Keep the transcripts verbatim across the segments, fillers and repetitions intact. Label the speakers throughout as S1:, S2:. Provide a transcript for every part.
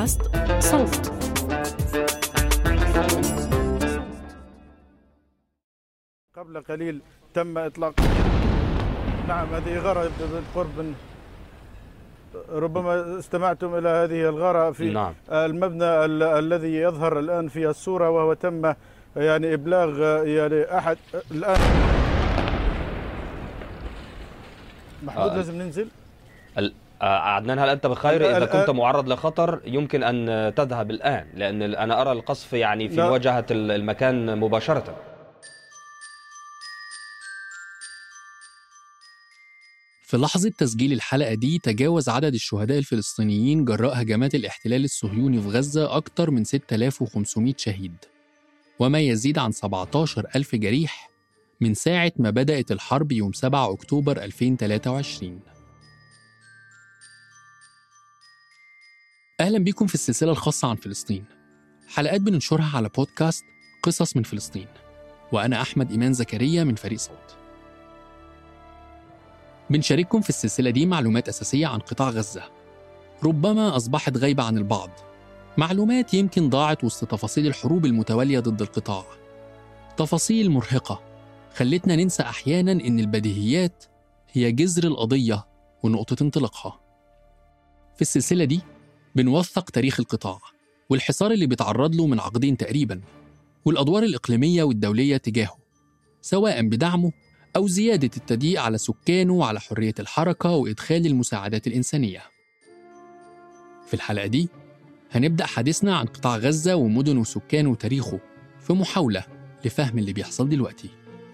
S1: بودكاست صوت.
S2: قبل قليل تم إطلاق نعم هذه غارة بالقرب من، ربما استمعتم إلى هذه الغارة في
S3: نعم.
S2: المبنى ال- الذي يظهر الآن في الصورة، وهو تم يعني إبلاغ يعني أحد الآن. محمود
S3: آه.
S2: لازم ننزل.
S3: ال- آه، عدنان، هل أنت بخير؟ إذا كنت معرض لخطر يمكن أن تذهب الآن، لأن أنا أرى القصف يعني في
S2: لا.
S3: مواجهة المكان مباشرة.
S4: في لحظة تسجيل الحلقة دي تجاوز عدد الشهداء الفلسطينيين جراء هجمات الاحتلال الصهيوني في غزة أكثر من ستة آلاف وخمسمائة شهيد، وما يزيد عن سبعة عشر ألف جريح من ساعة ما بدأت الحرب يوم سبعة أكتوبر ألفين وثلاثة وعشرين. أهلا بكم في السلسلة الخاصة عن فلسطين، حلقات بننشرها على بودكاست قصص من فلسطين، وأنا أحمد إيمان زكريا من فريق صوت. بنشارككم في السلسلة دي معلومات أساسية عن قطاع غزة ربما أصبحت غايبة عن البعض، معلومات يمكن ضاعت وسط تفاصيل الحروب المتوالية ضد القطاع، تفاصيل مرهقة خلتنا ننسى أحياناً إن البديهيات هي جذر القضية ونقطة انطلاقها. في السلسلة دي بنوثق تاريخ القطاع والحصار اللي بيتعرض له من عقدين تقريباً، والأدوار الإقليمية والدولية تجاهه، سواء بدعمه أو زيادة التضييق على سكانه وعلى حرية الحركة وإدخال المساعدات الإنسانية. في الحلقة دي هنبدأ حديثنا عن قطاع غزة ومدن وسكانه وتاريخه في محاولة لفهم اللي بيحصل دلوقتي.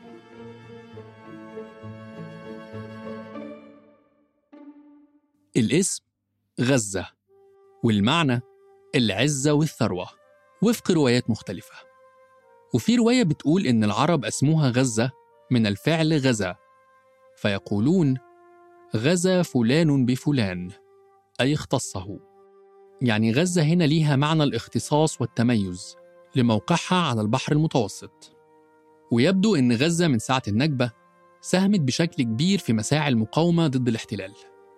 S4: الاسم غزة، والمعنى العزة والثروة وفق روايات مختلفة. وفي رواية بتقول إن العرب أسموها غزة من الفعل غزا، فيقولون غزا فلان بفلان، أي اختصه. يعني غزة هنا ليها معنى الاختصاص والتميز لموقعها على البحر المتوسط. ويبدو إن غزة من ساعة النكبة ساهمت بشكل كبير في مساعي المقاومة ضد الاحتلال.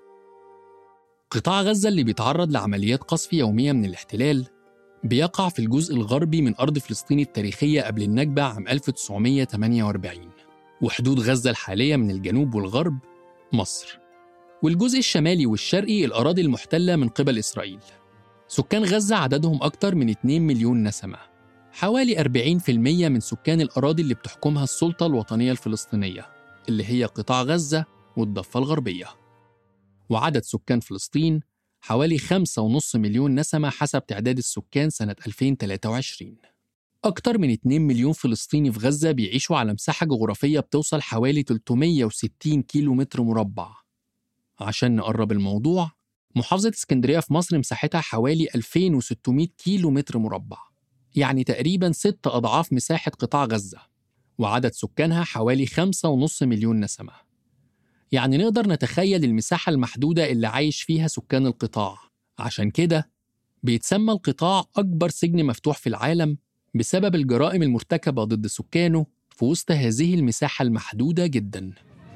S4: قطاع غزة اللي بيتعرض لعمليات قصف يومية من الاحتلال بيقع في الجزء الغربي من أرض فلسطين التاريخية قبل النكبة عام ألف وتسعمائة وثمانية وأربعين، وحدود غزة الحالية من الجنوب والغرب مصر، والجزء الشمالي والشرقي الأراضي المحتلة من قبل إسرائيل. سكان غزة عددهم أكثر من اثنين مليون نسمة، حوالي أربعين بالمئة من سكان الأراضي اللي بتحكمها السلطة الوطنية الفلسطينية اللي هي قطاع غزة والضفة الغربية. وعدد سكان فلسطين حوالي خمسة ونص مليون نسمة حسب تعداد السكان سنة ألفين وثلاثة وعشرين. أكتر من اثنين مليون فلسطيني في غزة بيعيشوا على مساحة جغرافية بتوصل حوالي ثلاثمائة وستين كيلو متر مربع. عشان نقرب الموضوع، محافظة اسكندرية في مصر مساحتها حوالي ألفين وستمائة كيلو متر مربع، يعني تقريباً ست أضعاف مساحة قطاع غزة، وعدد سكانها حوالي خمسة ونص مليون نسمة. يعني نقدر نتخيل المساحة المحدودة اللي عايش فيها سكان القطاع. عشان كده بيتسمى القطاع أكبر سجن مفتوح في العالم بسبب الجرائم المرتكبة ضد سكانه في وسط هذه المساحة المحدودة جداً.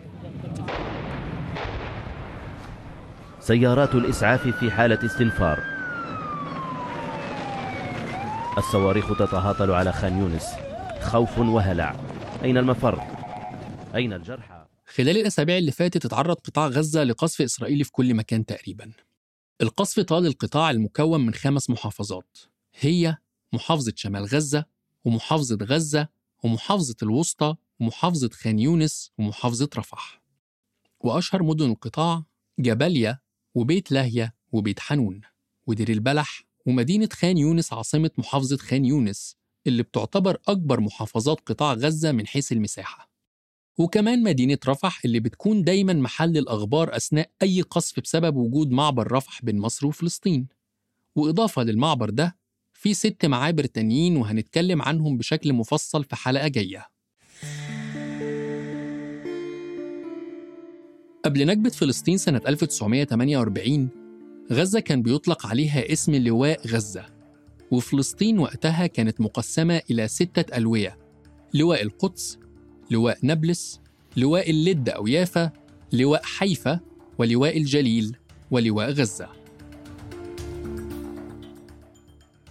S5: سيارات الإسعاف في حالة استنفار. الصواريخ تتهاطل على خان يونس، خوف وهلع. أين المفر؟ أين الجرحى؟
S4: خلال الأسابيع اللي فاتت اتعرض قطاع غزة لقصف إسرائيلي في كل مكان تقريباً. القصف طال القطاع المكون من خمس محافظات، هي محافظة شمال غزة ومحافظة غزة ومحافظة الوسطى ومحافظة خان يونس ومحافظة رفح. وأشهر مدن القطاع جباليا وبيت لاهيا وبيت حنون ودير البلح ومدينة خان يونس عاصمة محافظة خان يونس اللي بتعتبر أكبر محافظات قطاع غزة من حيث المساحة، وكمان مدينة رفح اللي بتكون دايماً محل الأخبار أثناء أي قصف بسبب وجود معبر رفح بين مصر وفلسطين. وإضافة للمعبر ده في ست معابر تانيين وهنتكلم عنهم بشكل مفصل في حلقة جاية. قبل نكبة فلسطين سنة ألف وتسعمائة وثمانية وأربعين غزة كان بيطلق عليها اسم لواء غزة، وفلسطين وقتها كانت مقسمة إلى ستة ألوية: لواء القدس، لواء نابلس، لواء اللد أو يافا، لواء حيفا، ولواء الجليل، ولواء غزة.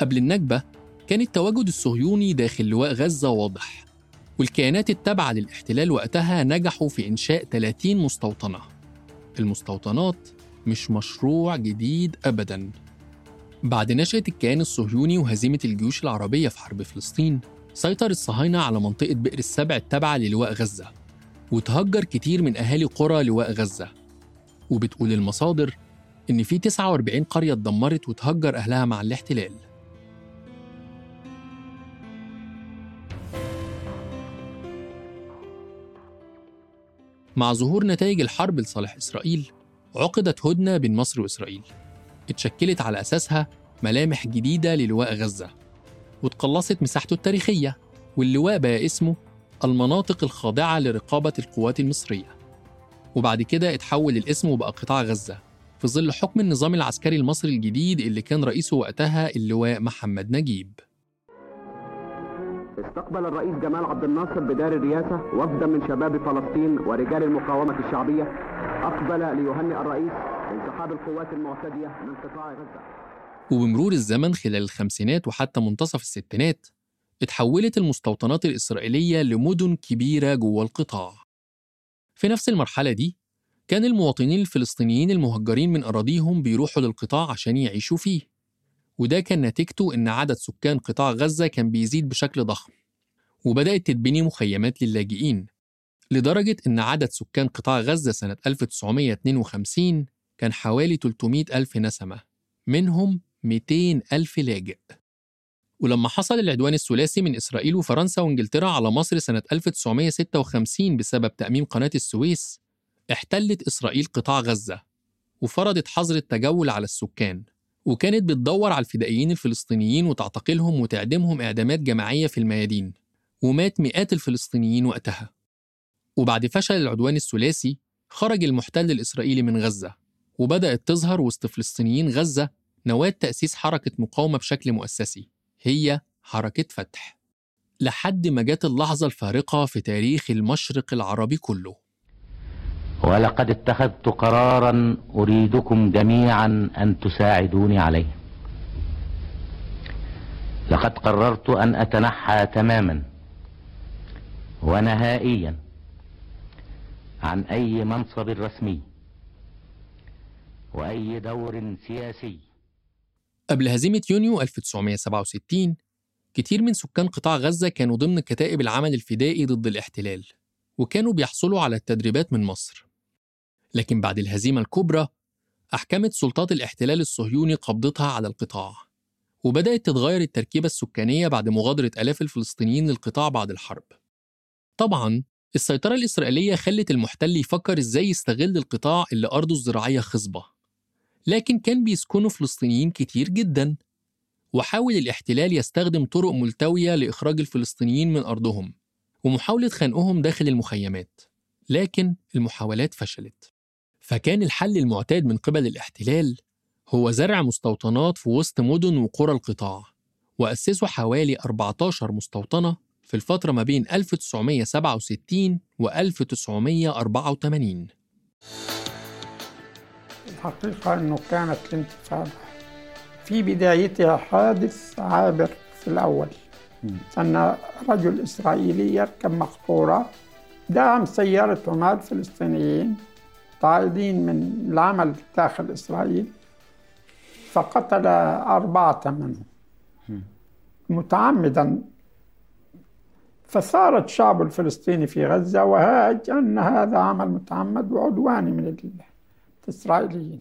S4: قبل النكبة كان التواجد الصهيوني داخل لواء غزة واضح، والكيانات التابعة للاحتلال وقتها نجحوا في إنشاء ثلاثين مستوطنة. المستوطنات مش مشروع جديد أبداً. بعد نشأة الكيان الصهيوني وهزيمة الجيوش العربية في حرب فلسطين، سيطر الصهاينة على منطقة بئر السبع التابعة للواء غزة، وتهجر كتير من أهالي قرى لواء غزة. وبتقول المصادر إن في تسعة وأربعين قرية اتدمرت وتهجر أهلها مع الاحتلال. مع ظهور نتائج الحرب لصالح إسرائيل، عقدت هدنة بين مصر وإسرائيل اتشكلت على أساسها ملامح جديدة للواء غزة، وتقلصت مساحته التاريخية، واللواء بقى اسمه المناطق الخاضعة لرقابة القوات المصرية. وبعد كده اتحول الاسم وبقى قطاع غزة في ظل حكم النظام العسكري المصري الجديد اللي كان رئيسه وقتها اللواء محمد نجيب.
S1: استقبل الرئيس جمال عبد الناصر بدار الرئاسة وفدا من شباب فلسطين ورجال المقاومة الشعبية، أقبل ليهنئ الرئيس بانسحاب القوات المعتدية من قطاع غزة.
S4: وبمرور الزمن خلال الخمسينات وحتى منتصف الستينات اتحولت المستوطنات الإسرائيلية لمدن كبيرة جوه القطاع. في نفس المرحلة دي كان المواطنين الفلسطينيين المهجرين من أراضيهم بيروحوا للقطاع عشان يعيشوا فيه، وده كان نتيجته إن عدد سكان قطاع غزة كان بيزيد بشكل ضخم، وبدأت تتبني مخيمات للاجئين، لدرجة إن عدد سكان قطاع غزة سنة ألف وتسعمائة واثنين وخمسين كان حوالي ثلاثمائة ألف نسمة، منهم مئتين ألف لاجئ. ولما حصل العدوان الثلاثي من إسرائيل وفرنسا وإنجلترا على مصر سنة ألف وتسعمائة وستة وخمسين بسبب تأميم قناة السويس، احتلت إسرائيل قطاع غزة وفرضت حظر التجول على السكان، وكانت بتدور على الفدائيين الفلسطينيين وتعتقلهم وتعدمهم إعدامات جماعية في الميادين، ومات مئات الفلسطينيين وقتها. وبعد فشل العدوان الثلاثي خرج المحتل الإسرائيلي من غزة، وبدأت تظهر وسط فلسطينيين غزة نواة تأسيس حركة مقاومة بشكل مؤسسي، هي حركة فتح، لحد ما جت اللحظة الفارقة في تاريخ المشرق العربي كله.
S6: ولقد اتخذت قرارا أريدكم جميعا أن تساعدوني عليه. لقد قررت أن أتنحى تماما ونهائيا عن أي منصب رسمي وأي دور سياسي.
S4: قبل هزيمة يونيو ألف وتسعمائة وسبعة وستين كتير من سكان قطاع غزة كانوا ضمن كتائب العمل الفدائي ضد الاحتلال، وكانوا بيحصلوا على التدريبات من مصر. لكن بعد الهزيمة الكبرى أحكمت سلطات الاحتلال الصهيوني قبضتها على القطاع، وبدأت تتغير التركيبة السكانية بعد مغادرة آلاف الفلسطينيين للقطاع بعد الحرب. طبعاً السيطرة الإسرائيلية خلت المحتل يفكر إزاي يستغل القطاع اللي أرضه الزراعية خصبة، لكن كان بيسكنوا فلسطينيين كتير جداً، وحاول الاحتلال يستخدم طرق ملتوية لإخراج الفلسطينيين من أرضهم ومحاولة خنقهم داخل المخيمات، لكن المحاولات فشلت. فكان الحل المعتاد من قبل الاحتلال هو زرع مستوطنات في وسط مدن وقرى القطاع، وأسسوا حوالي أربعة عشر مستوطنة في الفترة ما بين ألف وتسعمائة وسبعة وستين و ألف وتسعمائة وأربعة وثمانين.
S7: الحقيقة أنه كانت الانتفاضة في بدايتها حادث عابر في الأول، أن رجل إسرائيلي يركب مقطورة دعم سيارة عمال فلسطينيين طائلين من العمل داخل إسرائيل، فقتل أربعة منهم متعمدا. فثارت الشعب الفلسطيني في غزة وهاج أن هذا عمل متعمد وعدواني من الإسرائيليين.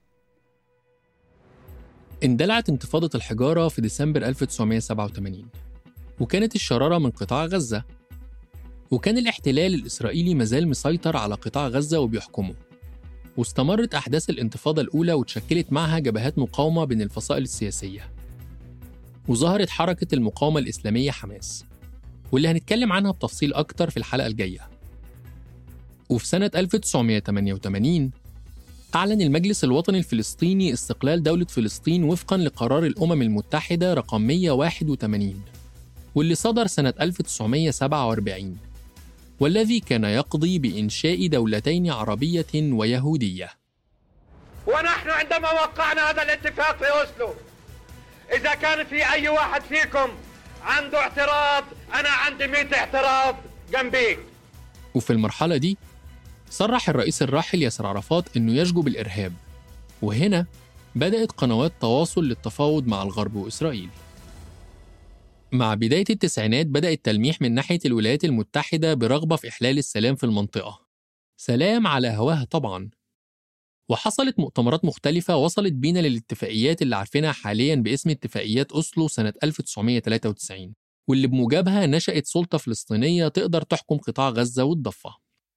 S4: اندلعت انتفاضة الحجارة في ديسمبر ألف وتسعمائة وسبعة وثمانين، وكانت الشرارة من قطاع غزة، وكان الاحتلال الإسرائيلي مازال مسيطر على قطاع غزة وبيحكمه. واستمرت أحداث الانتفاضة الأولى وتشكلت معها جبهات مقاومة بين الفصائل السياسية، وظهرت حركة المقاومة الإسلامية حماس، واللي هنتكلم عنها بتفصيل أكتر في الحلقة الجاية. وفي سنة ألف وتسعمائة وثمانية وثمانين أعلن المجلس الوطني الفلسطيني استقلال دولة فلسطين وفقاً لقرار الأمم المتحدة رقم مئة وواحد وثمانين، واللي صدر سنة ألف وتسعمائة وسبعة وأربعين، والذي كان يقضي بإنشاء دولتين عربية ويهودية.
S8: ونحن عندما وقعنا هذا الاتفاق في أوسلو إذا كان في أي واحد فيكم عنده اعتراض أنا عندي مئة اعتراض جنبي.
S4: وفي المرحلة دي صرح الرئيس الراحل ياسر عرفات إنه يشجب الإرهاب، وهنا بدأت قنوات تواصل للتفاوض مع الغرب وإسرائيل. مع بداية التسعينات بدأ التلميح من ناحية الولايات المتحدة برغبة في إحلال السلام في المنطقة، سلام على هواها طبعاً. وحصلت مؤتمرات مختلفة وصلت بينا للاتفاقيات اللي عارفينها حالياً باسم اتفاقيات أوسلو سنة ألف وتسعمائة وثلاثة وتسعين، واللي بموجبها نشأت سلطة فلسطينية تقدر تحكم قطاع غزة والضفة.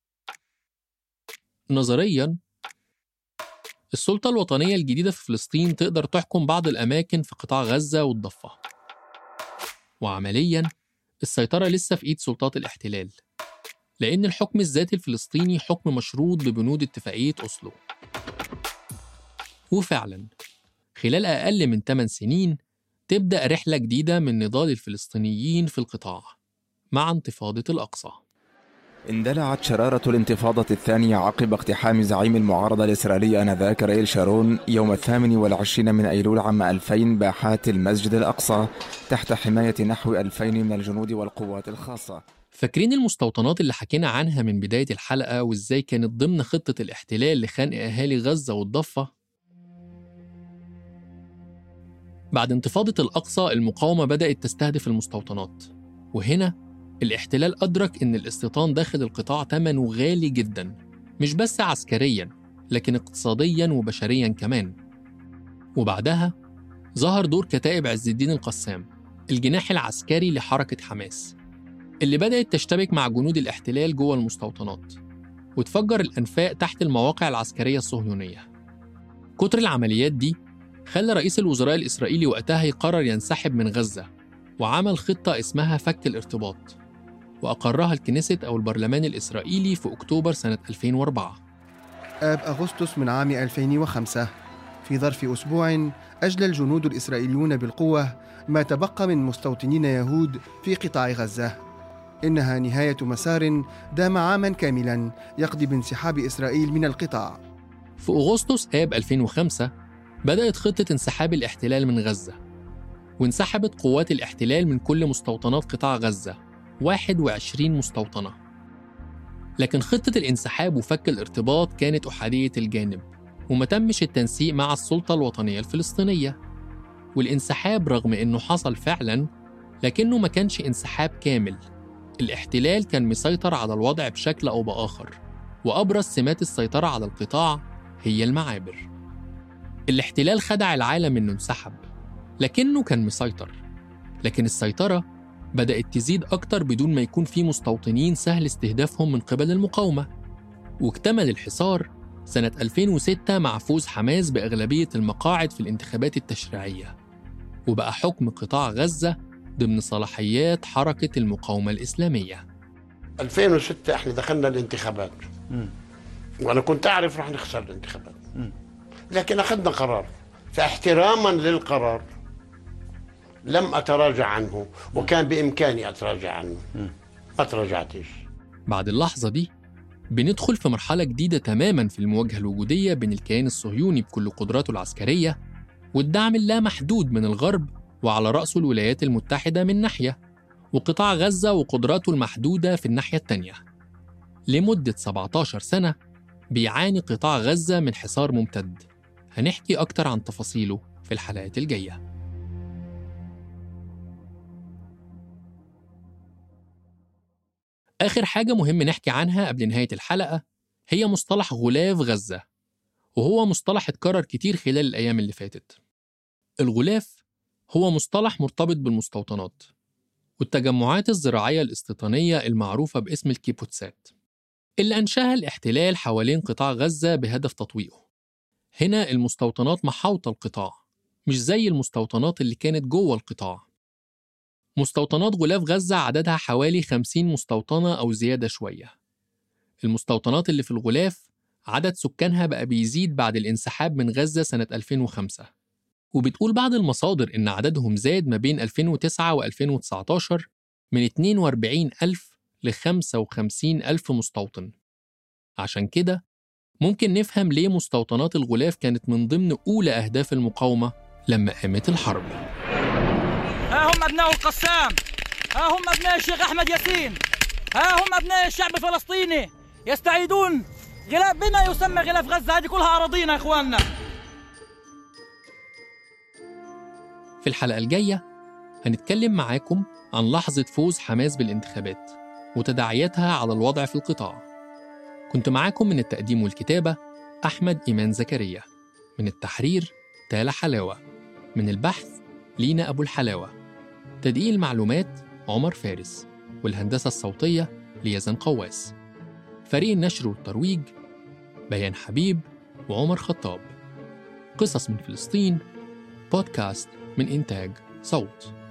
S4: نظرياً السلطة الوطنية الجديدة في فلسطين تقدر تحكم بعض الأماكن في قطاع غزة والضفة، وعملياً السيطرة لسه في إيد سلطات الاحتلال، لأن الحكم الذاتي الفلسطيني حكم مشروط ببنود اتفاقية أوسلو. وفعلاً خلال أقل من ثمان سنين تبدأ رحلة جديدة من نضال الفلسطينيين في القطاع مع انتفاضة الأقصى.
S9: اندلعت شرارة الانتفاضة الثانية عقب اقتحام زعيم المعارضة الإسرائيلي آنذاك أريل شارون يوم الثامن والعشرين من أيلول عام ألفين باحات المسجد الأقصى تحت حماية نحو ألفين من الجنود والقوات الخاصة.
S4: فاكرين المستوطنات اللي حكينا عنها من بداية الحلقة وإزاي كانت ضمن خطة الاحتلال لخنق أهالي غزة والضفة؟ بعد انتفاضة الأقصى المقاومة بدأت تستهدف المستوطنات، وهنا الاحتلال أدرك إن الاستيطان داخل القطاع ثمنه غالي جداً، مش بس عسكرياً لكن اقتصادياً وبشرياً كمان. وبعدها ظهر دور كتائب عز الدين القسام، الجناح العسكري لحركة حماس، اللي بدأت تشتبك مع جنود الاحتلال جوه المستوطنات وتفجر الأنفاق تحت المواقع العسكرية الصهيونية. كتر العمليات دي خلى رئيس الوزراء الإسرائيلي وقتها يقرر ينسحب من غزة، وعمل خطة اسمها فك الارتباط، وأقرها الكنيست أو البرلمان الإسرائيلي في أكتوبر سنة ألفين وأربعة.
S10: آب أغسطس من عام ألفين وخمسة، في ظرف أسبوع أجلى الجنود الإسرائيليون بالقوة ما تبقى من مستوطنين يهود في قطاع غزة. إنها نهاية مسار دام عاماً كاملاً يقضي بانسحاب إسرائيل من القطاع.
S4: في أغسطس آب ألفين وخمسة بدأت خطة انسحاب الاحتلال من غزة، وانسحبت قوات الاحتلال من كل مستوطنات قطاع غزة، واحد وعشرين مستوطنة. لكن خطة الانسحاب وفك الارتباط كانت أحادية الجانب، وما تمش التنسيق مع السلطة الوطنية الفلسطينية. والانسحاب رغم إنه حصل فعلاً لكنه ما كانش انسحاب كامل. الاحتلال كان مسيطر على الوضع بشكل أو بآخر، وأبرز سمات السيطرة على القطاع هي المعابر. الاحتلال خدع العالم إنه انسحب لكنه كان مسيطر، لكن السيطرة بدأت تزيد أكتر بدون ما يكون في مستوطنين سهل استهدافهم من قبل المقاومة. واكتمل الحصار سنة ألفين وستة مع فوز حماس بأغلبية المقاعد في الانتخابات التشريعية، وبقى حكم قطاع غزة ضمن صلاحيات حركة المقاومة الإسلامية.
S11: ألفين وستة احنا دخلنا الانتخابات، م. وأنا كنت أعرف رح نخسر الانتخابات، م. لكن أخذنا قرار، فاحتراما للقرار لم أتراجع عنه، وكان بإمكاني أتراجع عنه، ما تراجعتش.
S4: بعد اللحظة دي بندخل في مرحلة جديدة تماماً في المواجهة الوجودية بين الكيان الصهيوني بكل قدراته العسكرية والدعم اللامحدود من الغرب، وعلى رأسه الولايات المتحدة من ناحية، وقطاع غزة وقدراته المحدودة في الناحية التانية. لمدة سبعة عشر سنة بيعاني قطاع غزة من حصار ممتد، هنحكي أكتر عن تفاصيله في الحلقات الجاية. آخر حاجة مهم نحكي عنها قبل نهاية الحلقة هي مصطلح غلاف غزة، وهو مصطلح اتكرر كتير خلال الأيام اللي فاتت. الغلاف هو مصطلح مرتبط بالمستوطنات والتجمعات الزراعية الاستيطانية المعروفة باسم الكيبوتسات، اللي أنشأها الاحتلال حوالين قطاع غزة بهدف تطويقه. هنا المستوطنات محاوطة القطاع، مش زي المستوطنات اللي كانت جوه القطاع. مستوطنات غلاف غزة عددها حوالي خمسين مستوطنة أو زيادة شوية. المستوطنات اللي في الغلاف عدد سكانها بقى بيزيد بعد الانسحاب من غزة سنة ألفين وخمسة، وبتقول بعض المصادر إن عددهم زاد ما بين ألفين وتسعة وألفين وتسعة عشر من اثنين وأربعين ألف ل خمسة وخمسين ألف مستوطن. عشان كده ممكن نفهم ليه مستوطنات الغلاف كانت من ضمن أولى أهداف المقاومة لما قامت الحرب.
S12: ها هم أبناء القسام، ها هم أبناء الشيخ أحمد ياسين، ها هم أبناء الشعب الفلسطيني يستعيدون غلاف بما يسمى غلاف غزة. هذه كلها أراضينا يا إخواننا.
S4: في الحلقة الجاية هنتكلم معاكم عن لحظة فوز حماس بالانتخابات وتداعياتها على الوضع في القطاع. كنت معاكم من التقديم والكتابة أحمد إيمان زكريا، من التحرير تالا حلاوة، من البحث لينا أبو الحلاوة، تدقيق المعلومات عمر فارس، والهندسة الصوتية ليزن قواس. فريق النشر والترويج بيان حبيب وعمر خطاب. قصص من فلسطين، بودكاست من إنتاج صوت.